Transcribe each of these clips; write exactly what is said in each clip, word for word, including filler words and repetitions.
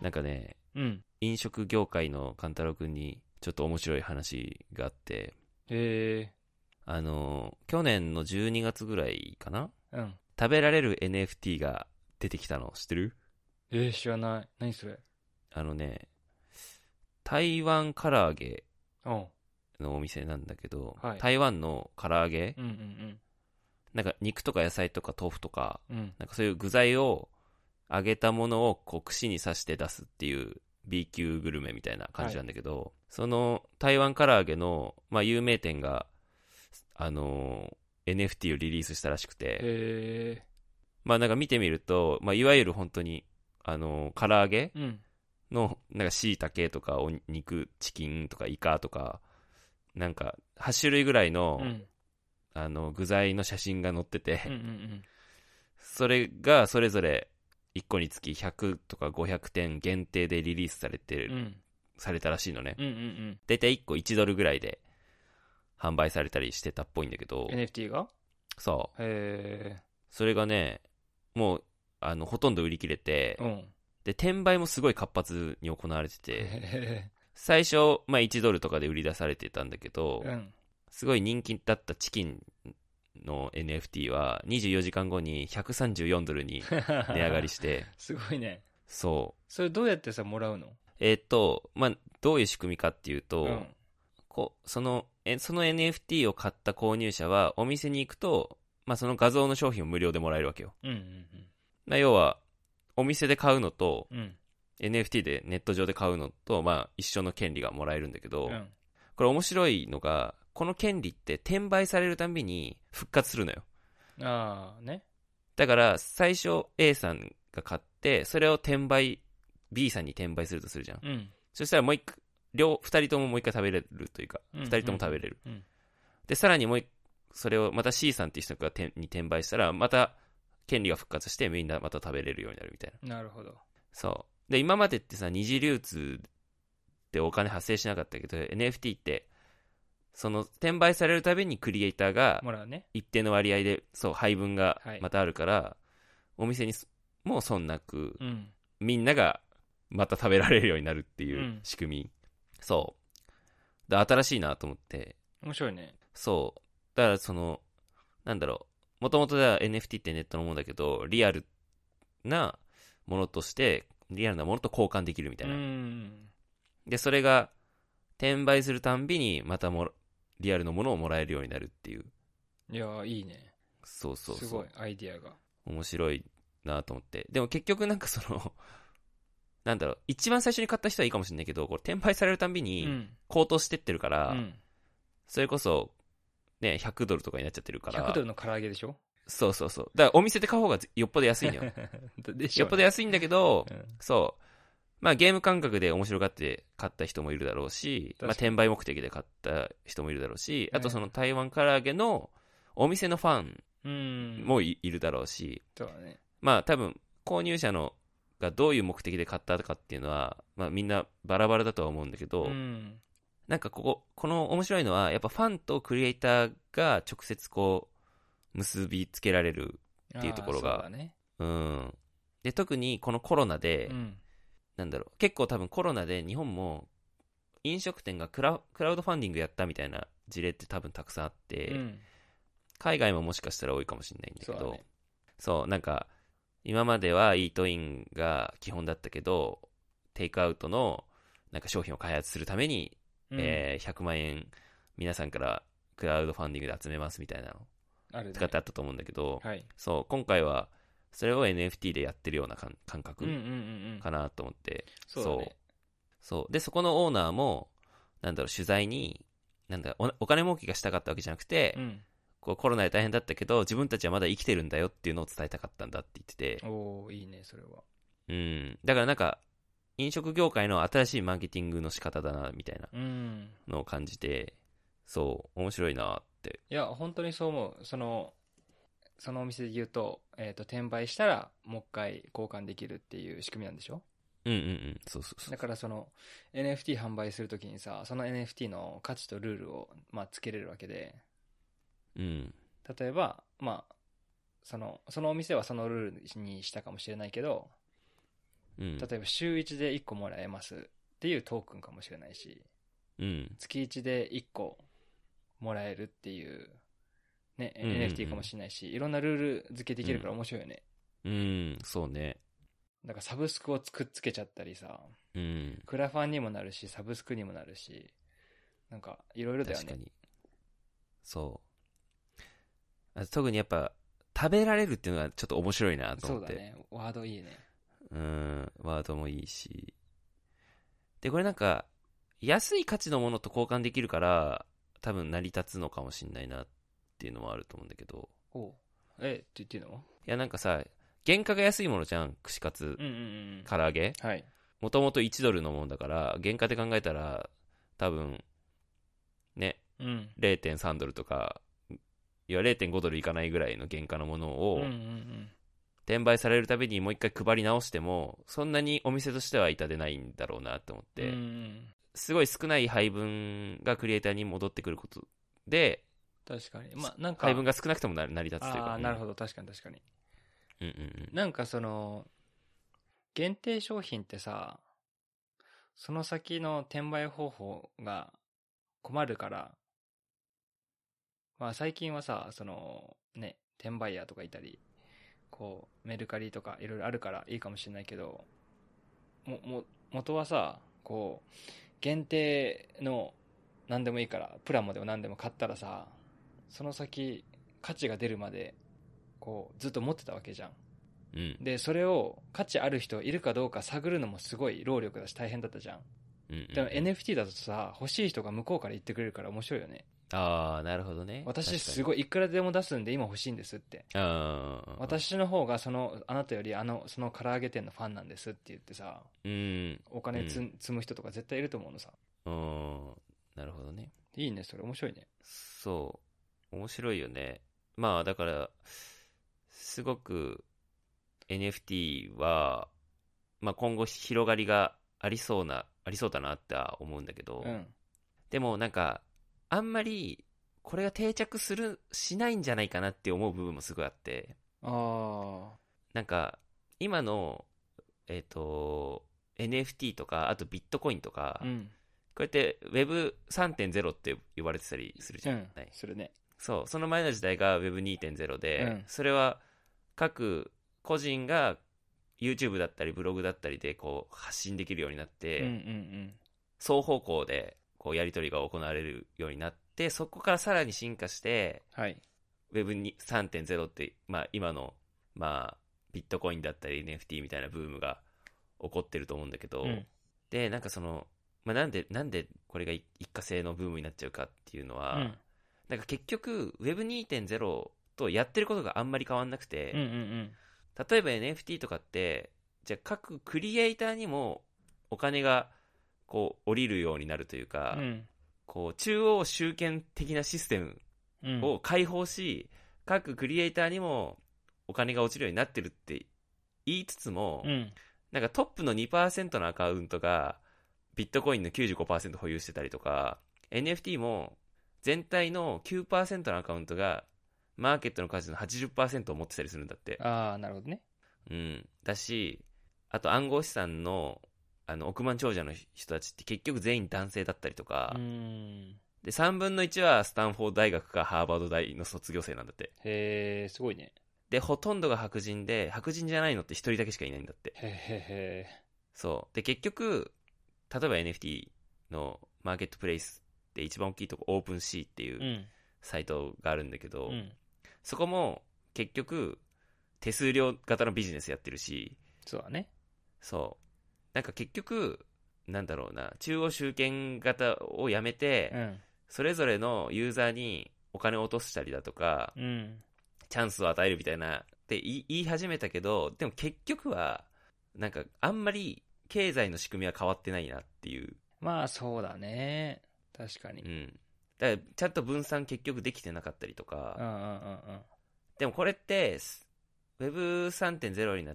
なんかね、 うん。 飲食業界の勘太郎くんにちょっと面白い話があって、 へあのー去年のじゅうにがつぐらいかな、 え。うん。 食べられる エヌエフティー が出てきたの知ってる？ えー、知らない。何それ。 あのね、台湾唐揚げうん。 のお店なんだけど、 はい。 台湾の唐揚げ、 うんうんなんか肉とか野菜とか豆腐とか、 うん。うん。 なんかそういう具材を揚げたものをこう串に刺して出すっていう B 級グルメみたいな感じなんだけど、その台湾唐揚げの、まあ、有名店が、あのー エヌエフティー をリリースしたらしくて、 へえ。 まあなんか見てみると、まあ、いわゆる本当に、あのー唐揚げうん。 の、なんか椎茸とかお肉、チキンとかイカとか、なんかはち種類ぐらいの、 うん。 あの具材の写真が載ってて、 うんうんそれがそれぞれいっこにつきひゃくとかごひゃくてん限定でリリースされてる、 うん。うん。 されたらしいのね。 うんうんうん。 だいたいいっこいちドルぐらいで販売されたりしてたっぽいんだけど、 エヌエフティー が。 そう。 へそれがね、もう、あの、ほとんど売り切れえ。 て、 うん。 で、転売もすごい活発に行われてへて、 え。 最初、まあいちドルとかで売り出されてたんだけど、 うん。 すごい人気だったチキンの エヌエフティー はにじゅうよじかんごにひゃくさんじゅうよんドルに値上がりして、 すごいね。 そう。 それどうやってさ、もらうの？ えーっと、まあ、どういう仕組みかっていうと、 うん。 こう、その、え、その エヌエフティー を買った購入者は、お店に行くと、まあ、その画像の商品を無料でもらえるわけよ。 うんうんまあ要は、お店で買うのと、 うん。うん。 エヌエフティー でネット上で買うのと、まあ、一緒の権利がもらえるんだけど、 うん。 これ面白いのが、この権利って転売されるたんびに復活するのよ。 ああ、ね。 だから、最初 A さんが買って、それを転売、B さんに転売するとするじゃん。 うん。 そしたらもう一回、両、二人とももう一回食べれるというか、 うん。 二人とも食べれる。 うん。 で、さらにもう一、それをまた C さんっていう人がてに転売したら、また権利が復活してみんなまた食べれるようになるみたいな。 なるほど。 そう。で、今までってさ、二次流通でお金発生しなかったけど、エヌエフティー って、その転売されるたびにクリエイターがもらうね。 一定の割合で、そう、配分がはい。 またあるから、お店にもう損なく、 うん。 みんながまた食べられるようになるっていううん。 仕組み。そう。で、新しいなと思って、 面白いね。 そう。だからその、なんだろう。もともとでは エヌエフティー ってネットのものだけど、リアルなものとして、リアルなものと交換できるみたういな。 ん。 で、それが転売するたんびに、またもリアルのものをもらえるようになるっていう。 いやー、いいね。 そうそうそう。 すごい、アイディアが。 面白いなと思って。でも結局なんかその、なんだろう、一番最初に買った人はいいかもしれないけど、これ転売されるたんびにうん。 高騰してってるから、 うん。 それこそ、ね、ひゃくドルとかになっちゃってるかひゃくドら、 ルの唐揚げでしょ？ そうそうそう。だからお店で買う方がよっぽど安いのよ。 でしょうね。 よっぽど安いんだけど、 うん。 そう。まあゲーム感覚で面白がって買った人もいるだろうし、まあ確かに転売目的で買った人もいるだろうし、あとねその台湾唐揚げのお店のファンうん。 も い,、いるだろうし、 そうだね。 まあ多分購入者のがどういう目的で買ったかっていうのは、まあみんなバラバラだとは思うんだけど、 うん。 なんかここ、この面白いのは、やっぱファンとクリエイターが直接こう、結びつけられるっていうところあーそうが、 だね。 うん。で、特にこのコロナで、 うん。 なんだろう、結構多分コロナで日本も飲食店がクラ、クラウドファンディングやったみたいな事例って多分たくさんあっうて、 ん。 海外ももしかしたら多いかもしれないんだけど、 そうだね。 そう、なんか、今まではイートインが基本だったけど、テイクアウトのなんか商品を開発するために、 うんえーひゃくまん円皆さんからクラウドファンディングで集めますみたいなのあるね。 使ってあったと思うんだけど、 はい。 そう、今回はそれを エヌエフティー でやってるような感感覚うんうんうんうん。 かなと思って、 そうだね。 そう。で、そこのオーナーも、なんだろう、取材に、なんだお、お金儲けがしたかったわけじゃなくて、 うん。 こうコロナで大変だったけど、自分たちはまだ生きてるんだよっていうのを伝えたかったんだって言ってて、 おー、いいね、それは。 うん。だからなんか、飲食業界の新しいマーケティングの仕方だな、みたいなうん。 のを感じて、そう、面白いなって。 いや、本当にそう思う。その、そのお店で言うと、えっと、転売したら、もう一回交換できるっていう仕組みなんでしょ？ うんうんうん、そうそうそう。 だからその エヌエフティー 販売するときにさ、その エヌエフティー の価値とルールを、まあ、つけれるわけで、 うん。 例えば、まあ、その、そのお店はそのルールにしたかもしれないけど、 うん。 例えば週いちでいっこもらえますっていうトークンかもしれないし、 うん。 月いちでいっこもらえるっていう、ね、 うんうんうんエヌエフティー かもしれないし、いろんなルール付けできるから面白いよね。 うん、そうね。 だからサブスクをくっつけちゃったりさ、 うん。 クラファンにもなるし、サブスクにもなるし、なんかいろいろだよね。 確かに。そうあ。特にやっぱ、食べられるっていうのがちょっと面白いなと思って。 そうだね。ワードいいね。 うん、ワードもいいし。で、これなんか、安い価値のものと交換できるから、多分成り立つのかもしんないなっていうのもあると思うんだけど。 おうえ、って言っていいの？ いやなんかさ、原価が安いものじゃん。串カツ、 うんうんうん。 唐揚げ。 はい。 もともといちドルのもんだから、原価で考えたら、多分、ね、 うん。 れいてんさんドルとか、いやれいてんごドルいかないぐらいの原価のものを、 うんうんうん。 転売されるたびにもう一回配り直しても、そんなにお店としては痛手ないんだろうなって思って、 うんうんすごい少ない配分がクリエイターに戻ってくることで、 確かに。まあ、なんか。 配分が少なくともな成り立つというか。 ああ、 うんなるほど。確かに確かに。 うんうんうん。 なんかその、限定商品ってさ、その先の転売方法が困るから、まあ最近はさ、その、ね、転売ヤーとかいたり、こう、メルカリとかいろいろあるからいいかもしれないけど、も、も、元はさ、こう、限定の何でもいいから、プラモでも何でも買ったらさ、その先、価値が出るまで、こう、ずっと持ってたわけじゃん。 うんで、それを価値ある人いるかどうか探るのもすごい労力だし大変だったじゃん。 うんうんうん。 でも エヌエフティー だとさ、欲しい人が向こうから言ってくれるから面白いよね。 ああ、なるほどね。 私すい。 ごいいくらでも出すんで今欲しいんですって。 ああ。 私の方がその、あなたよりあの、その唐揚げ店のファンなんですって言ってさ、 うん。 お金つ、 うん積む人とか絶対いると思うのさ。 うん。なるほどね。 いいね、それ面白いね。 そう。面白いよね。まあ、だから、すごく エヌエフティー は、まあ今後広がりがありそうな、ありそうだなっては思うんだけど、 うん。 でもなんか、あんまり、これが定着する、しないんじゃないかなって思う部分もすごいあって、 あなんか、今の、えっ、と、エヌエフティー とか、あとビットコインとか、 あ。うん。 こうやって ウェブさんてんゼロ って呼ばれてたりするじゃん。 うんはい。 するね。 そう、その前の時代が ウェブにてんゼロ で、 うんそれは各個人が YouTube だったりブログだったりでこう発信できるようになって、 うんうん双方向でこうやり取りが行われるようになって、そこからさらに進化して、 はい。 ウェブ さんてんゼロ って、まあ、今の、まあ、ビットコインだったり エヌエフティー みたいなブームが起こってると思うんだけど、 うんで、なんかその、まあ、なんで、なんでこれが一過性のブームになっちゃうかっていうのは、 うんなんか結局 ウェブにてんゼロ とやってることがあんまり変わんなくて、 うんうんうん例えば エヌエフティー とかって、じゃあ各クリエイターにもお金がこう降りるようになるというか、 うんこう中央集権的なシステムうんを開放し、各クリエイターにもお金が落ちるようになってるって言いつつも、 うんなんかトップの にパーセント のアカウントがビットコインの きゅうじゅうごパーセント 保有してたりとか、 エヌエフティー も全体の きゅうパーセント のアカウントがマーケットの価値の はちじゅっパーセント を持ってたりするんだって。 ああ、なるほどね。 うん。だし、あと暗号資産のあの億万長者の人たちって結局全員男性だったりとか、 うーんでさんぶんのいちはスタンフォード大学かハーバード大の卒業生なんだって。 へえ、すごいね。 でほとんどが白人で、白人じゃないのってひとりだけしかいないんだって。 へへへ。 そうで結局例えば エヌエフティー のマーケットプレイスって一番大きいとこオープンシーっていううんサイトがあるんだけど、 うんそこも結局手数料型のビジネスやってるし、 そうだね。 そうなんか結局なんだろうな、中央集権型をやめて、 うんそれぞれのユーザーにお金を落としたりだとか、 うんチャンスを与えるみたいなって言い言い始めたけど、でも結局はなんかあんまり経済の仕組みは変わってないなっていう。 まあそうだね。確かに。 うん。だからちゃんと分散結局できてなかったりとうんうんか。 うんうんでもこれって ウェブさんてんゼロ になって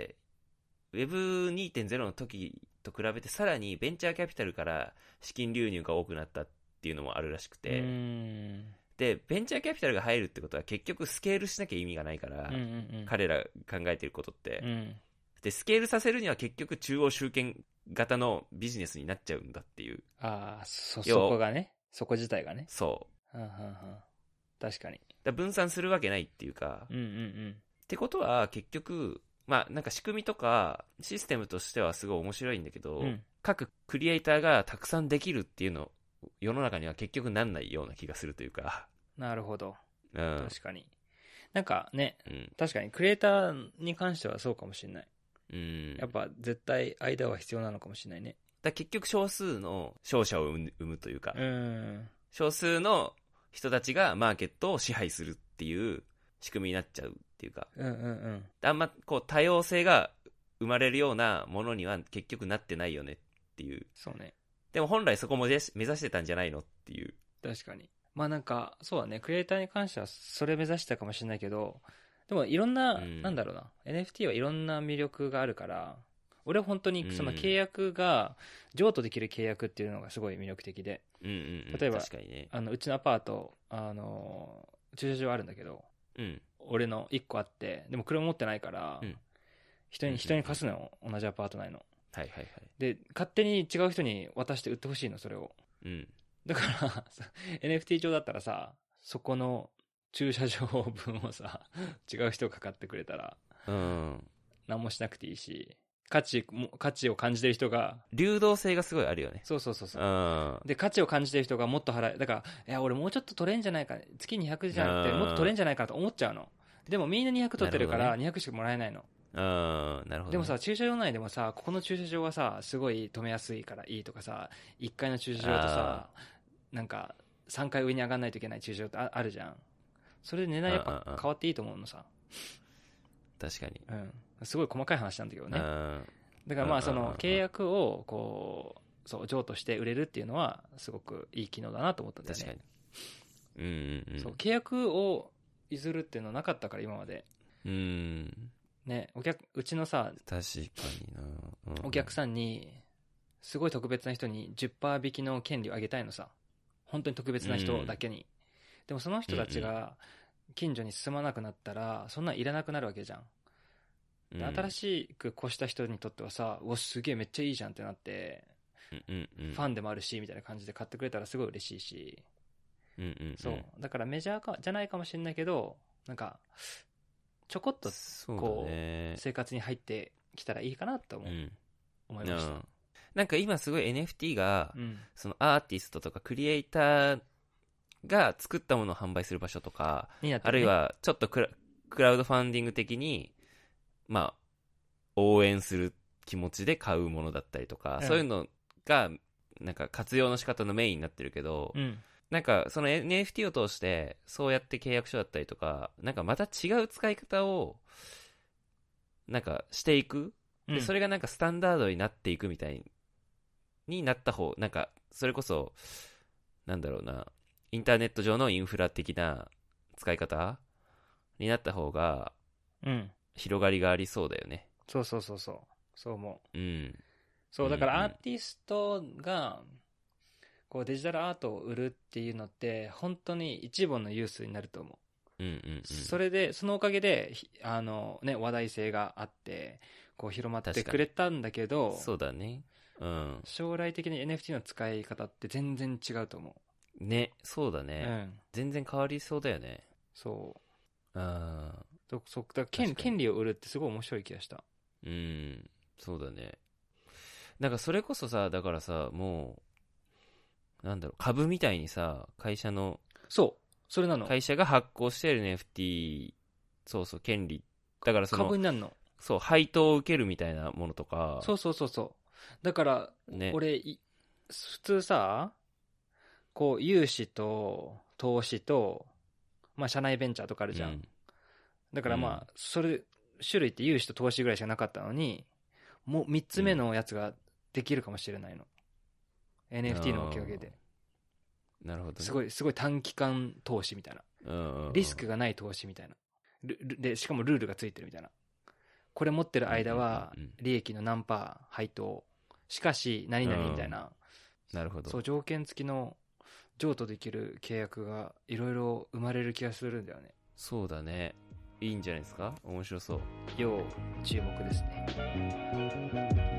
ウェブにてんゼロ の時と比べてさらにベンチャーキャピタルから資金流入が多くなったっていうのもあるらしくて、 うーんでベンチャーキャピタルが入るってことは結局スケールしなきゃ意味がないから、 うんうんうん彼ら考えてることって、 うんでスケールさせるには結局中央集権型のビジネスになっちゃうんだっていう。 ああ、そ、そ要こがね。そこ自体がね。 そうはんはんはん。確かに。 だ分散するわけないっていうか、 うんうんうん。 ってことは結局まあなんか仕組みとかシステムとしてはすごい面白いんだけど、 うん、 各クリエイターがたくさんできるっていうの世の中には結局なんないような気がするというか。 なるほど。 うん、 確かに。なんかね、 うん、 確かにクリエイターに関してはそうかもしれない。 うん、 やっぱ絶対間は必要なのかもしれないね。 だ結局少数の勝者を生むというか、 うん。 少数の人たちがマーケットを支配するっていう仕組みになっちゃうっていうか、 うんうんうん。 あんまこう多様性が生まれるようなものには結局なってないよねっていう。 そうね。 でも本来そこも目指してたんじゃないのっていう。 確かに。まあなんか、そうだね。クリエイターに関してはそれ目指したかもしれないけど、でもいろんな、 うん、 なんだろうな。エヌエフティー はいろんな魅力があるから、俺は本当にその契約が譲渡できる契約っていうのがすごい魅力的で、 うんうんうん、 例えば確かにね、 あのうちのアパート、あの駐車場あるんだけど、 うん、 俺のいっこあって、でも車持ってないから、 うん、 人に人に貸すのよ、同じアパート内の。 はいはいはい。 で勝手に違う人に渡して売ってほしいの、それを。 うん、 だからエヌエフティー 上だったらさ、そこの駐車場分をさ違う人が買ってくれたら、 うん、 何もしなくていいし、価値も価値を感じてる人が、 流動性がすごいあるよね。 そうそうそうそう、 うん、 で価値を感じてる人がもっと払え、だからいや俺もうちょっと取れんじゃないか、月にひゃくじゃなくてもっと取れんじゃないかと思っちゃうの。でもみんなにひゃく取ってるからにひゃくしかもらえないの。 うん、なるほど、ね。 でもさ、駐車場内でもさ、ここの駐車場はさすごい止めやすいからいいとかさ、いっかいの駐車場とさ、なんかさんかい上に上がんないといけない駐車場って あ, あるじゃん。それで値段やっぱ変わっていいと思うのさ。 確かに。 うん。すごい細かい話なんだけどね。 うん、 だからまあその契約をこう、そう譲渡して売れるっていうのはすごくいい機能だなと思ったんだよね。 確かに。うんうんうん。 そう、契約を譲るっていうのはなかったから今まで。 うん。 ね、お客、うちのさ、 確かにな、 うん、お客さんにすごい特別な人に じゅっパーセント 引きの権利をあげたいのさ。本当に特別な人だけに。うん、でもその人たちが近所に住まなくなったらそんなんいらなくなるわけじゃん。で、新しく越した人にとってはさ、うわすげえめっちゃいいじゃんってなって、 うんうんうん、 ファンでもあるしみたいな感じで買ってくれたらすごい嬉しいし、 うんうんうん、 そうだからメジャーかじゃないかもしれないけど、なんかちょこっとこう、ね、生活に入ってきたらいいかなと思う、うん、思いました、うん、 なんか今すごい エヌエフティー が、 うん、 そのアーティストとかクリエイターが作ったものを販売する場所とか、ね、あるいはちょっとク ラ, クラウドファンディング的にまあ応援する気持ちで買うものだったりとか、うん、そういうのがなんか活用の仕方のメインになってるけど、うん、なんかその エヌエフティー を通してそうやって契約書だったりとか、なんかまた違う使い方をなんかしていく、でそれがなんかスタンダードになっていくみたいになった方、なんかそれこそなんだろうな、インターネット上のインフラ的な使い方になった方が広がりがありそうだよね、 うん、そうそうそうそう、そう思う、 うん、 そうだからアーティストがこうデジタルアートを売るっていうのって本当に一番のユースになると思う、 うんうんうん、 それでそのおかげであの、ね、話題性があってこう広まってくれたんだけど、 そうだね、うん、 将来的に エヌエフティー の使い方って全然違うと思うね、そうだね、うん、全然変わりそうだよね、 そうあそそだから権権利を売るってすごい面白い気がした、 うん、そうだね、なんかそれこそさ、だからさ、もうなんだろう、株みたいにさ、会社のそうそれなの、 会社が発行してる エヌエフティー、そうそう、権利だからその株になるの、 そう、配当を受けるみたいなものとか、 そうそうそうそう、だから、ね、俺普通さこう融資と投資と、まあ、社内ベンチャーとかあるじゃん、うん、だからまあ、うん、それ種類って融資と投資ぐらいしかなかったのにもうみっつめのやつができるかもしれないの、うん、エヌエフティー のおかげで、 なるほど、ね、 すごいすごい短期間投資みたいな、リスクがない投資みたいなで、しかもルールがついてるみたいな、これ持ってる間は利益の何パー配当、しかし何々みたいな、 なるほど、 そう条件付きの譲渡できる契約がいろいろ生まれる気がするんだよね。 そうだね、 いいんじゃないですか。面白そう。 要注目ですね。